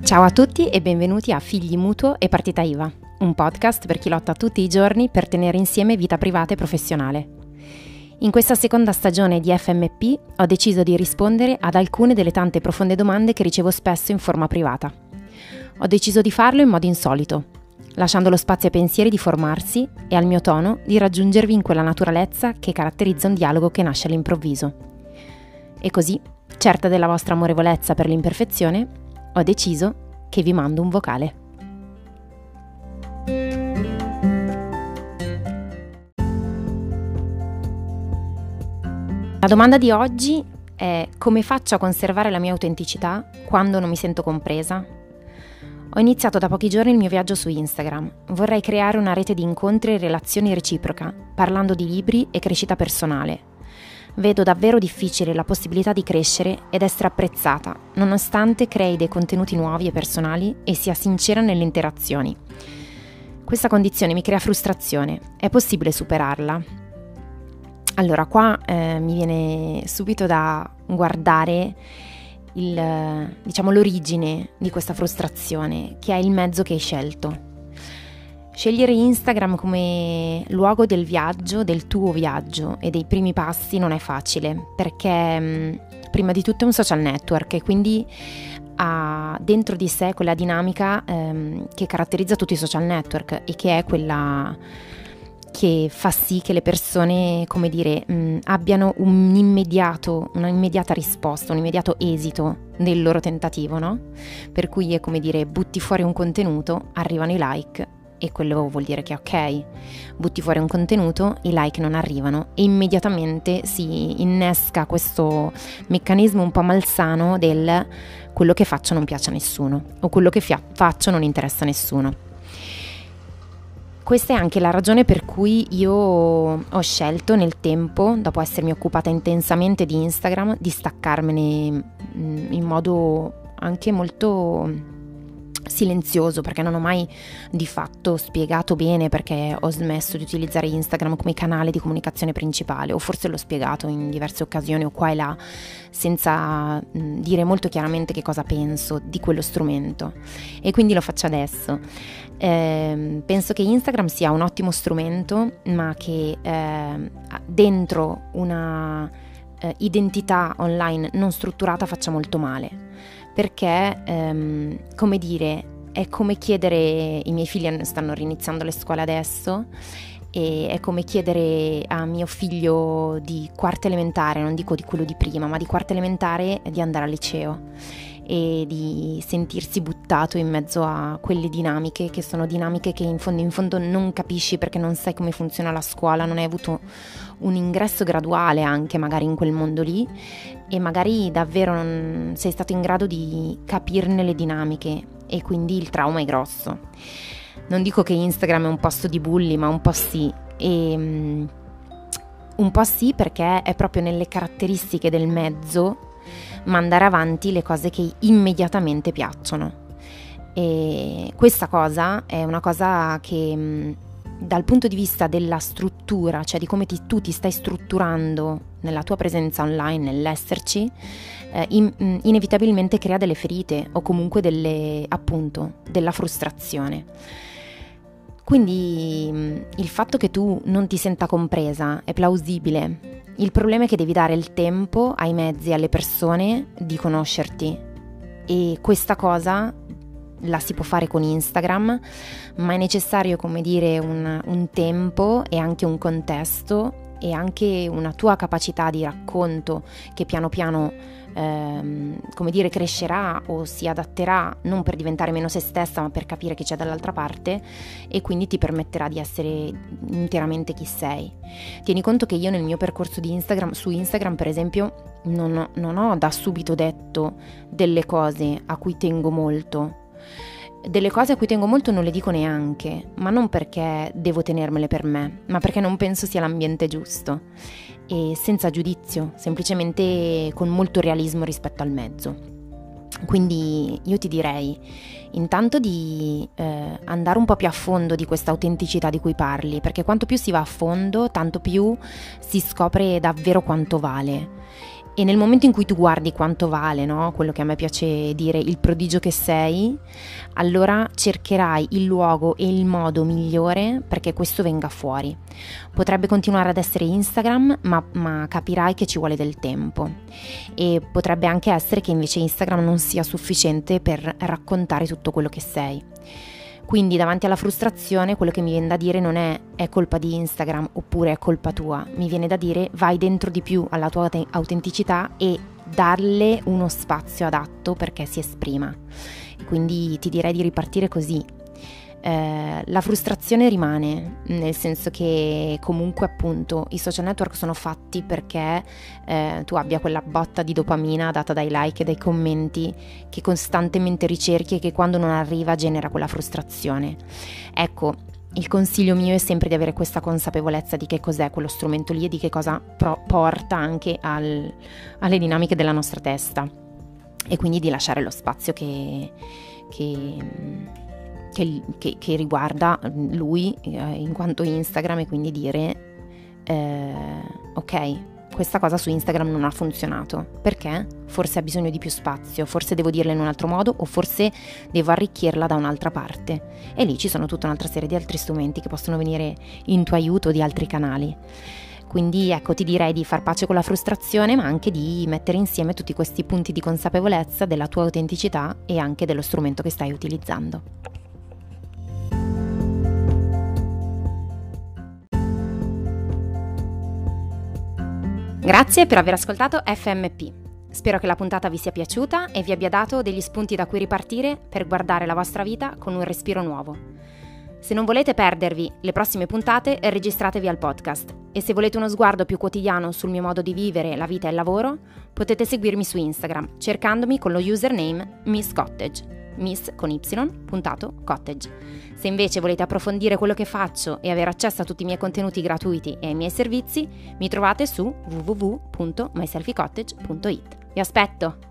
Ciao a tutti e benvenuti a Figli Mutuo e Partita IVA, un podcast per chi lotta tutti i giorni per tenere insieme vita privata e professionale. In questa seconda stagione di FMP ho deciso di rispondere ad alcune delle tante profonde domande che ricevo spesso in forma privata. Ho deciso di farlo in modo insolito, lasciando lo spazio ai pensieri di formarsi e al mio tono di raggiungervi in quella naturalezza che caratterizza un dialogo che nasce all'improvviso. E così, certa della vostra amorevolezza per l'imperfezione, ho deciso che vi mando un vocale. La domanda di oggi è: come faccio a conservare la mia autenticità quando non mi sento compresa? Ho iniziato da pochi giorni il mio viaggio su Instagram. Vorrei creare una rete di incontri e relazioni reciproca, parlando di libri e crescita personale. Vedo davvero difficile la possibilità di crescere ed essere apprezzata, nonostante crei dei contenuti nuovi e personali e sia sincera nelle interazioni. Questa condizione mi crea frustrazione. È possibile superarla? Allora, qua mi viene subito da guardare l'origine di questa frustrazione, che è il mezzo che hai scelto. Scegliere Instagram come luogo del viaggio, del tuo viaggio e dei primi passi non è facile, perché prima di tutto è un social network e quindi ha dentro di sé quella dinamica che caratterizza tutti i social network e che è quella che fa sì che le persone, abbiano un'immediata risposta, un immediato esito del loro tentativo, no? Per cui è come dire, butti fuori un contenuto, arrivano i like e quello vuol dire che ok, butti fuori un contenuto, i like non arrivano e immediatamente si innesca questo meccanismo un po' malsano del quello che faccio non piace a nessuno o quello che faccio non interessa a nessuno. Questa è anche la ragione per cui io ho scelto nel tempo, dopo essermi occupata intensamente di Instagram, di staccarmene in modo anche molto silenzioso, perché non ho mai di fatto spiegato bene perché ho smesso di utilizzare Instagram come canale di comunicazione principale, o forse l'ho spiegato in diverse occasioni o qua e là senza dire molto chiaramente che cosa penso di quello strumento, e quindi lo faccio adesso. Penso che Instagram sia un ottimo strumento, ma che dentro una identità online non strutturata faccia molto male, perché è come chiedere, i miei figli stanno riniziando le scuole adesso, e è come chiedere a mio figlio di quarta elementare, non dico di quello di prima, ma di quarta elementare, di andare al liceo e di sentirsi buttato in mezzo a quelle dinamiche che sono dinamiche che in fondo non capisci, perché non sai come funziona la scuola, non hai avuto un ingresso graduale anche magari in quel mondo lì e magari davvero non sei stato in grado di capirne le dinamiche e quindi il trauma è grosso. Non dico che Instagram è un posto di bulli, ma un po' sì, e un po' sì perché è proprio nelle caratteristiche del mezzo mandare avanti le cose che immediatamente piacciono, e questa cosa è una cosa che dal punto di vista della struttura, cioè di come tu ti stai strutturando nella tua presenza online, nell'esserci, inevitabilmente crea delle ferite o comunque della frustrazione. Quindi il fatto che tu non ti senta compresa è plausibile. Il problema è che devi dare il tempo ai mezzi e alle persone di conoscerti, e questa cosa la si può fare con Instagram, ma è necessario, un tempo e anche un contesto e anche una tua capacità di racconto che piano piano crescerà o si adatterà, non per diventare meno se stessa, ma per capire che c'è dall'altra parte, e quindi ti permetterà di essere interamente chi sei. Tieni conto che io nel mio percorso su Instagram per esempio non ho da subito detto delle cose a cui tengo molto. Delle cose a cui tengo molto non le dico neanche, ma non perché devo tenermele per me, ma perché non penso sia l'ambiente giusto, e senza giudizio, semplicemente con molto realismo rispetto al mezzo. Quindi io ti direi intanto di andare un po' più a fondo di questa autenticità di cui parli, perché quanto più si va a fondo, tanto più si scopre davvero quanto vale. E nel momento in cui tu guardi quanto vale, no? Quello che a me piace dire, il prodigio che sei, allora cercherai il luogo e il modo migliore perché questo venga fuori. Potrebbe continuare ad essere Instagram, ma capirai che ci vuole del tempo. E potrebbe anche essere che invece Instagram non sia sufficiente per raccontare tutto quello che sei. Quindi davanti alla frustrazione quello che mi viene da dire non è colpa di Instagram oppure è colpa tua, mi viene da dire vai dentro di più alla tua autenticità e darle uno spazio adatto perché si esprima. Quindi ti direi di ripartire così. La frustrazione rimane, nel senso che comunque appunto i social network sono fatti perché tu abbia quella botta di dopamina data dai like e dai commenti che costantemente ricerchi e che quando non arriva genera quella frustrazione. Ecco, il consiglio mio è sempre di avere questa consapevolezza di che cos'è quello strumento lì e di che cosa porta anche alle dinamiche della nostra testa, e quindi di lasciare lo spazio che riguarda lui in quanto Instagram, e quindi dire ok, questa cosa su Instagram non ha funzionato, perché? Forse ha bisogno di più spazio, forse devo dirla in un altro modo o forse devo arricchirla da un'altra parte, e lì ci sono tutta un'altra serie di altri strumenti che possono venire in tuo aiuto di altri canali. Quindi ecco, ti direi di far pace con la frustrazione, ma anche di mettere insieme tutti questi punti di consapevolezza della tua autenticità e anche dello strumento che stai utilizzando. Grazie per aver ascoltato FMP. Spero che la puntata vi sia piaciuta e vi abbia dato degli spunti da cui ripartire per guardare la vostra vita con un respiro nuovo. Se non volete perdervi le prossime puntate, registratevi al podcast, e se volete uno sguardo più quotidiano sul mio modo di vivere la vita e il lavoro, potete seguirmi su Instagram cercandomi con lo username Miss Cottage. Miss con y, cottage. Se invece volete approfondire quello che faccio e avere accesso a tutti i miei contenuti gratuiti e ai miei servizi, mi trovate su www.myselfiecottage.it. Vi aspetto!